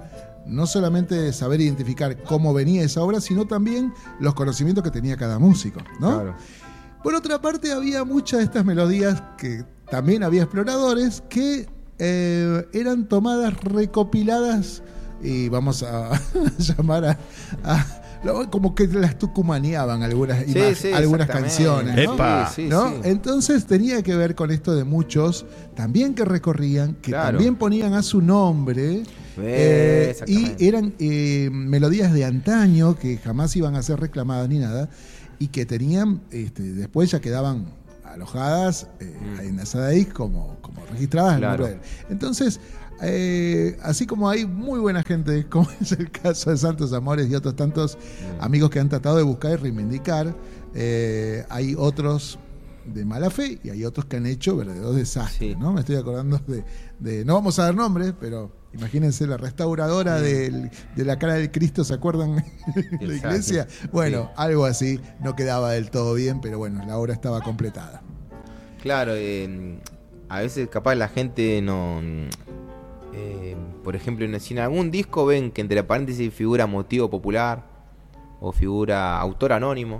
no solamente saber identificar cómo venía esa obra, sino también los conocimientos que tenía cada músico, ¿no?
Claro.
Por otra parte, había muchas de estas melodías que también había exploradores que eran tomadas, recopiladas, y vamos a llamar como que las tucumaneaban algunas canciones, ¿no?
¡Epa!
¿No?
Sí.
Entonces tenía que ver con esto de muchos también que recorrían, que
Claro.
también ponían a su nombre, y
Exactamente.
eran melodías de antaño que jamás iban a ser reclamadas ni nada, y que tenían, después ya quedaban alojadas en la SADAIC como registradas en el
Claro.
nombre de él. Entonces, así como hay muy buena gente, como es el caso de Santos Amores y otros tantos amigos que han tratado de buscar y reivindicar, hay otros de mala fe y hay otros que han hecho verdaderos desastres,
Sí.
¿no? Me estoy acordando de no vamos a dar nombres, pero imagínense la restauradora de la cara del Cristo, ¿se acuerdan? De la
Exacto.
iglesia. Bueno,
Sí.
algo así, no quedaba del todo bien, pero bueno, la obra estaba completada.
Claro, a veces capaz la gente no... por ejemplo, si en algún disco ven que entre paréntesis figura motivo popular o figura autor anónimo,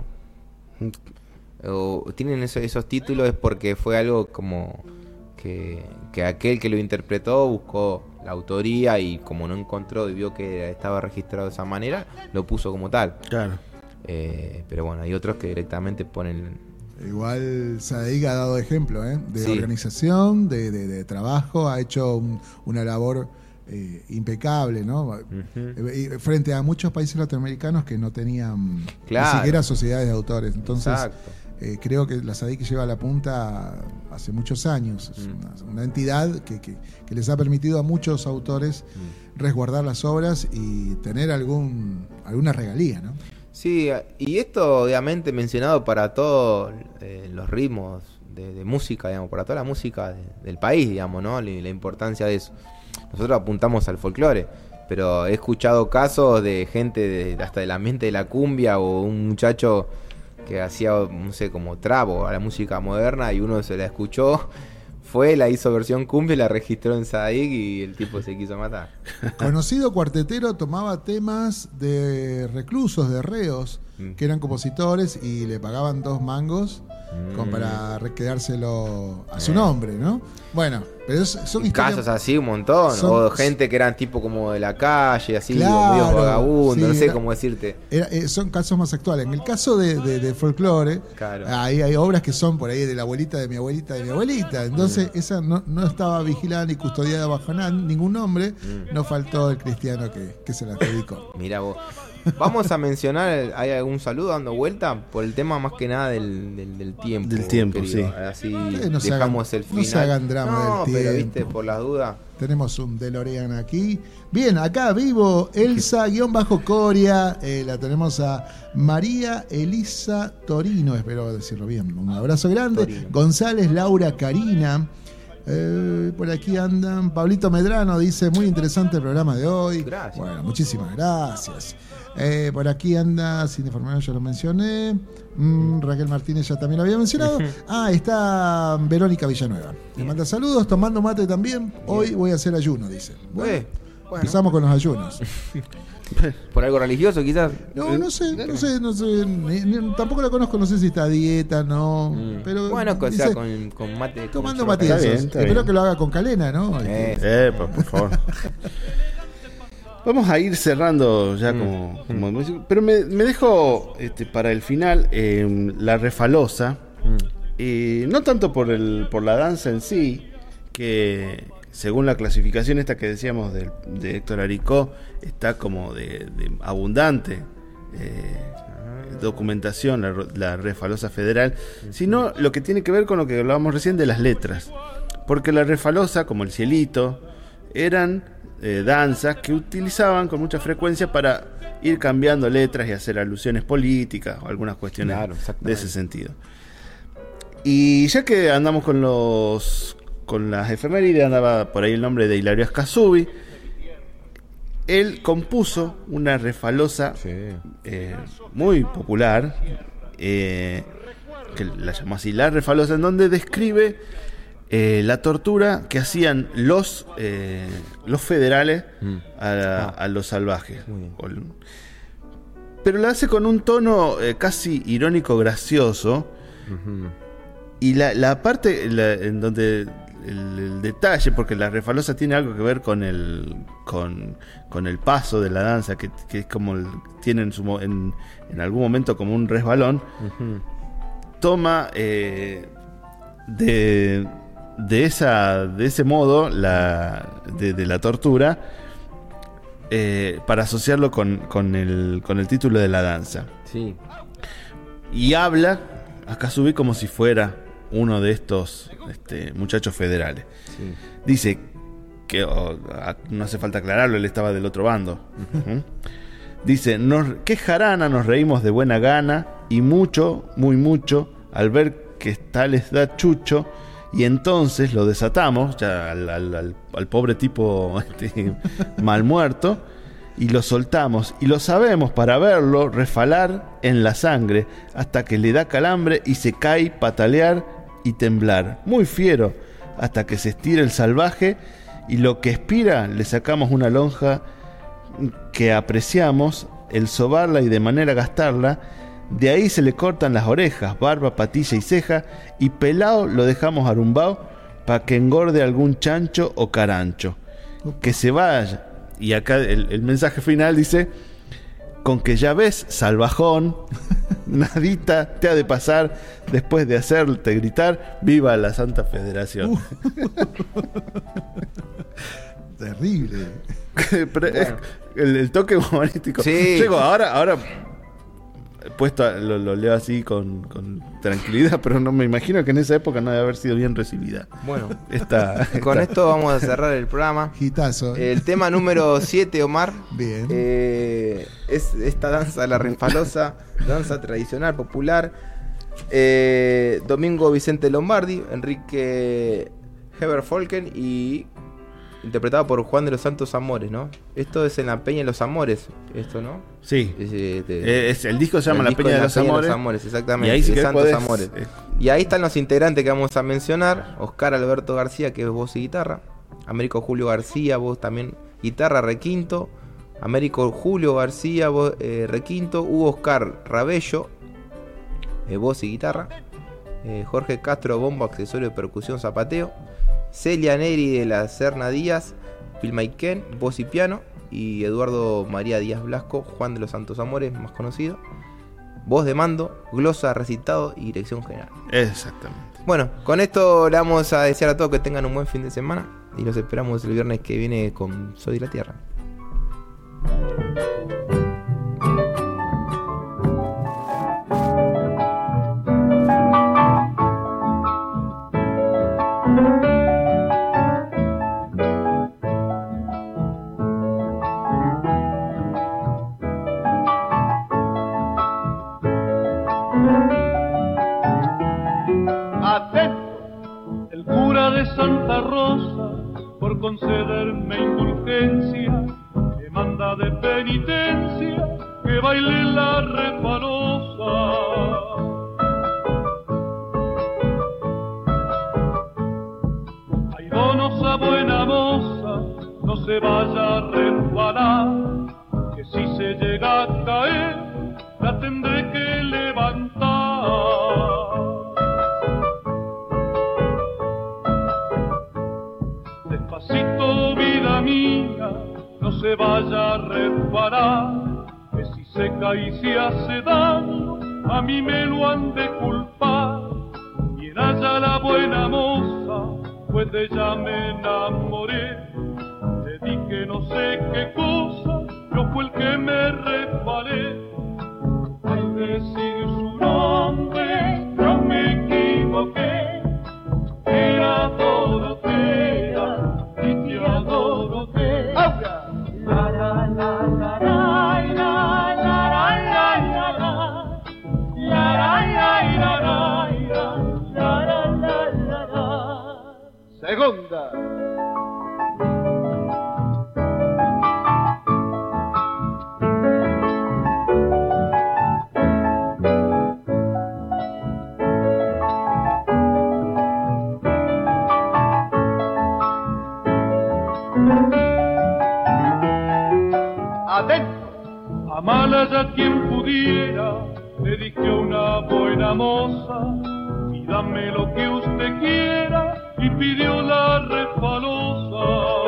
o tienen esos títulos, es porque fue algo como que aquel que lo interpretó buscó la autoría y como no encontró y vio que estaba registrado de esa manera, lo puso como tal.
Claro.
Pero bueno, hay otros que directamente ponen...
Igual SADAIC ha dado ejemplo de
Sí.
organización, de trabajo, ha hecho una labor impecable, ¿no? Frente a muchos países latinoamericanos que no tenían
Claro.
ni siquiera sociedades de autores. Entonces,
Exacto.
creo que la SADAIC lleva la punta hace muchos años. Es una entidad que les ha permitido a muchos autores resguardar las obras y tener alguna regalía, ¿no?
Sí, y esto obviamente mencionado para todos los ritmos de música, digamos, para toda la música del país, digamos, ¿no? La importancia de eso. Nosotros apuntamos al folclore, pero he escuchado casos de gente hasta del ambiente de la cumbia o un muchacho que hacía, no sé, como trap a la música moderna y uno se la escuchó, la hizo versión cumbia y la registró en SADAIC y el tipo se quiso matar.
Conocido cuartetero tomaba temas de reclusos, de reos, que eran compositores y le pagaban 2 mangos como para quedárselo a su nombre, ¿no? Bueno, pero son
Y
historias...
casos así un montón, o gente que eran tipo como de la calle, así,
Claro,
medio vagabundo,
sí,
no sé
era-
cómo decirte.
son casos más actuales. En el caso de folclore,
Claro.
ahí hay obras que son por ahí de la abuelita de mi abuelita de mi abuelita. Entonces, esa no estaba vigilada ni custodiada bajo ningún nombre. No faltó el cristiano que se la dedicó.
Mira vos. Vamos a mencionar, ¿hay algún saludo dando vuelta? Por el tema más que nada del tiempo.
Del tiempo,
querido.
sí.
Así
No se
dejamos
hagan-
el final.
no se hagan drama
No,
del
pero
tiempo.
viste, por las dudas.
Tenemos un DeLorean aquí. Bien, acá vivo, Elsa-Coria. La tenemos a María Elisa Torino, espero decirlo bien. Un abrazo grande.
Torino.
González, Laura, Karina. Por aquí andan. Pablito Medrano dice: muy interesante el programa de hoy.
Gracias.
Bueno, muchísimas gracias. Por aquí anda, sin informar, ya lo mencioné. Raquel Martínez ya también lo había mencionado. Está Verónica Villanueva. Le manda saludos, tomando mate también. Hoy voy a hacer ayuno, dice. Bueno,
Bueno,
empezamos con los ayunos.
por algo religioso quizás.
No sé. Tampoco la conozco, no sé si está a dieta, no. Pero
Bueno, o
dice,
sea, con mate.
tomando
con
mate.
Está
esos.
bien, está
Espero
bien.
que lo haga con calena, ¿no?
Por favor. Vamos a ir cerrando ya como músico, pero me dejo para el final la refalosa, no tanto por la danza en sí, que según la clasificación esta que decíamos de Héctor Aricó, está como de abundante documentación, la refalosa federal, sino lo que tiene que ver con lo que hablábamos recién de las letras, porque la refalosa, como el cielito, eran danzas que utilizaban con mucha frecuencia para ir cambiando letras y hacer alusiones políticas o algunas cuestiones
Claro, exactamente.
de ese sentido. Y ya que andamos con las efemérides, andaba por ahí el nombre de Hilario Ascasubi. Él compuso una refalosa muy popular, que la llamó así, la refalosa, en donde describe la tortura que hacían los federales a los salvajes.
Muy bien.
Pero la hace con un tono casi irónico, gracioso. Y la parte en donde el detalle, porque la refalosa tiene algo que ver con el paso de la danza, que es como tiene en algún momento como un resbalón. Toma de ese modo de la tortura para asociarlo con el título de la danza.
Sí.
Y habla a Kasumi como si fuera uno de estos muchachos federales.
Sí.
Dice que no hace falta aclararlo, él estaba del otro bando. Dice: qué jarana, nos reímos de buena gana y mucho, muy mucho, al ver que tal les da chucho, y entonces lo desatamos ya al pobre tipo mal muerto, y lo soltamos, y lo sabemos para verlo refalar en la sangre hasta que le da calambre y se cae, patalear y temblar, muy fiero, hasta que se estira el salvaje, y lo que expira le sacamos una lonja que apreciamos, el sobarla y de manera gastarla, de ahí se le cortan las orejas, barba, patilla y ceja, y pelado lo dejamos arumbado para que engorde algún chancho o carancho, que se vaya. Y acá el mensaje final dice: con que ya ves, salvajón, nadita te ha de pasar después de hacerte gritar viva la Santa Federación.
Terrible.
Pero el toque humorístico.
Sí.
Llego ahora puesto lo leo así con tranquilidad, pero no me imagino que en esa época no debe haber sido bien recibida.
Bueno,
Con
esto vamos a cerrar el programa.
Hitazo.
El tema número 7, Omar.
Bien.
Es esta danza, la refalosa, danza tradicional, popular. Domingo Vicente Lombardi, Enrique Heberfolken y interpretado por Juan de los Santos Amores, ¿no? Esto es en la Peña de los Amores, esto, ¿no?
Sí. El disco se llama La Peña de los Amores.
Exactamente.
Y ahí sí
de
que
Santos
podés,
Amores. Y ahí están los integrantes que vamos a mencionar: Oscar Alberto García, que es voz y guitarra; Américo Julio García, voz también, guitarra, requinto; Américo Julio García, voz, requinto; Hugo Oscar Rabello, voz y guitarra; Jorge Castro, bombo, accesorio de percusión, zapateo; Celia Neri de la Serna Díaz, Pilmaiken, voz y piano; y Eduardo María Díaz Blasco, Juan de los Santos Amores, más conocido, voz de mando, glosa, recitado y dirección general.
Exactamente.
Bueno, con esto le vamos a desear a todos que tengan un buen fin de semana y los esperamos el viernes que viene con Soy de la Tierra.
El cura de Santa Rosa, por concederme indulgencia, me manda de penitencia que baile la refalosa. Ay, donosa buena moza, no se vaya a resbalar, que si se llega a caer, la tendré que levantar. Despacito, vida mía, no se vaya a resbalar, que si se cae y se hace daño, a mí me lo han de culpar. Y en allá la buena moza, pues de ella me enamoré, le dije no sé qué cosa, yo fue el que me resbalé. Al decir su nombre, no me equivoqué, era Dorotea, y te adoro, ¡ahora! La la la la la la la la la la la la la. Segunda. Malaya quien pudiera, le dije a una buena moza, pídame lo que usted quiera, y pidió la refalosa.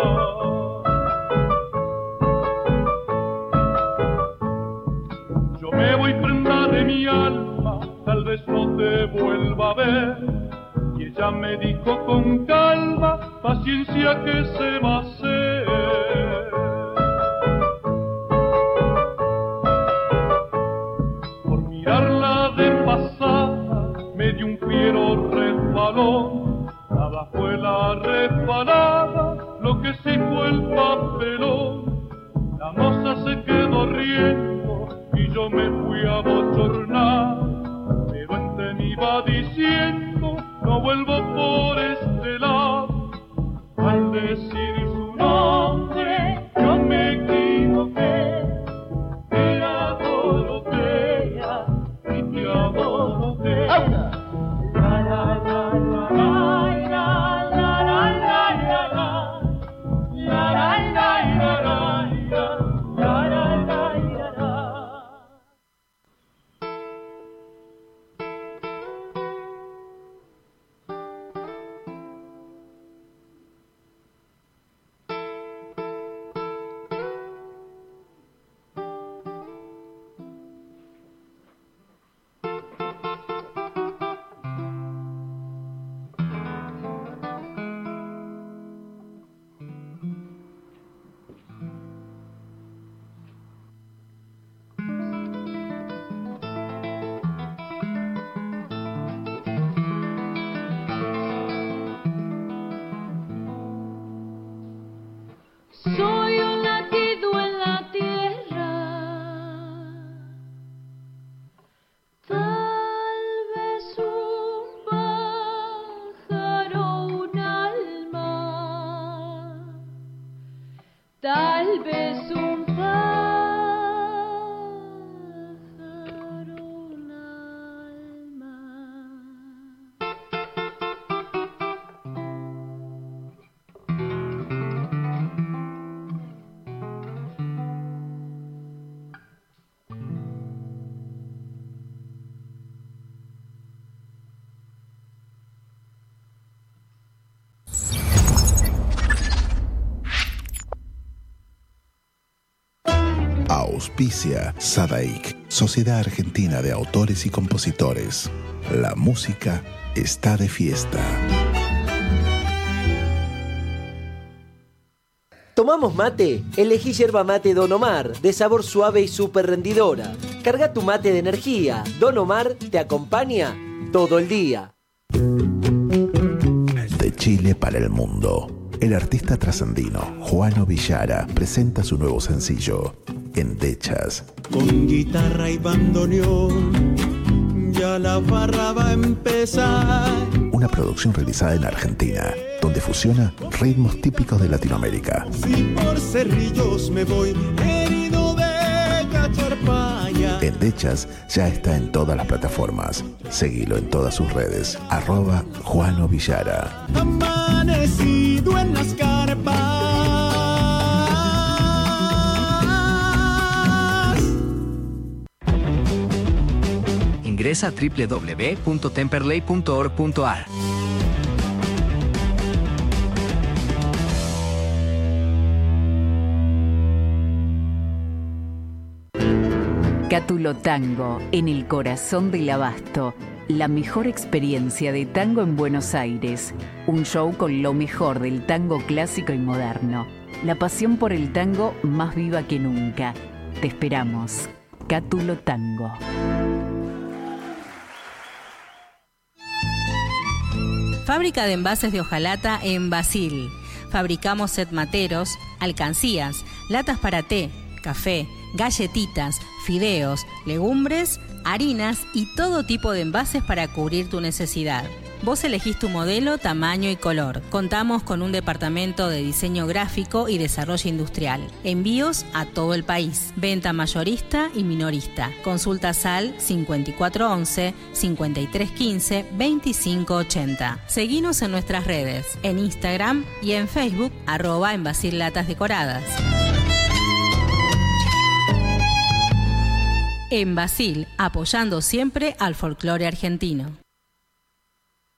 Yo me voy prenda de mi alma, tal vez no te vuelva a ver. Y ella me dijo con calma, paciencia que se va a hacer. Por mirarla de pasada, me dio un fiero resbalón. Nada fue la resbalada, lo que sí fue el papelón. La moza se quedó riendo y yo me fui a bochornar. Pero entre mí iba diciendo, no vuelvo por este lado. Al decir su nombre, yo me equivoqué. Era Dorotea y te adoroté. La la la la la la la la la la la la la
Soy un latido en la tierra, tal vez un pájaro, un alma, tal vez un pájaro, un alma.
Auspicia SADAIC, Sociedad Argentina de Autores y Compositores. La música está de fiesta.
¿Tomamos mate? Elegí yerba mate Don Omar, de sabor suave y súper rendidora. Carga tu mate de energía. Don Omar te acompaña todo el día.
De Chile para el mundo, el artista trasandino Juano Villara presenta su nuevo sencillo, Endechas.
Con guitarra y bandoneón, ya la farra va a empezar.
Una producción realizada en Argentina, donde fusiona ritmos típicos de Latinoamérica.
Si por Cerrillos me voy herido de cacharpaya.
Endechas ya está en todas las plataformas. Seguilo en todas sus redes. @Juano Villara.
Amanecido en las carpas.
Ingresa a www.temperley.org.ar.
Cátulo Tango, en el corazón del Abasto. La mejor experiencia de tango en Buenos Aires. Un show con lo mejor del tango clásico y moderno. La pasión por el tango más viva que nunca. Te esperamos. Cátulo Tango.
Fábrica de envases de hojalata en Basil. Fabricamos set materos, alcancías, latas para té, café, galletitas, fideos, legumbres, harinas y todo tipo de envases para cubrir tu necesidad. Vos elegís tu modelo, tamaño y color. Contamos con un departamento de diseño gráfico y desarrollo industrial. Envíos a todo el país. Venta mayorista y minorista. Consultas al 5411-5315-2580. Seguinos en nuestras redes, en Instagram y en Facebook, @En Basil Latas Decoradas. En Basil, apoyando siempre al folclore argentino.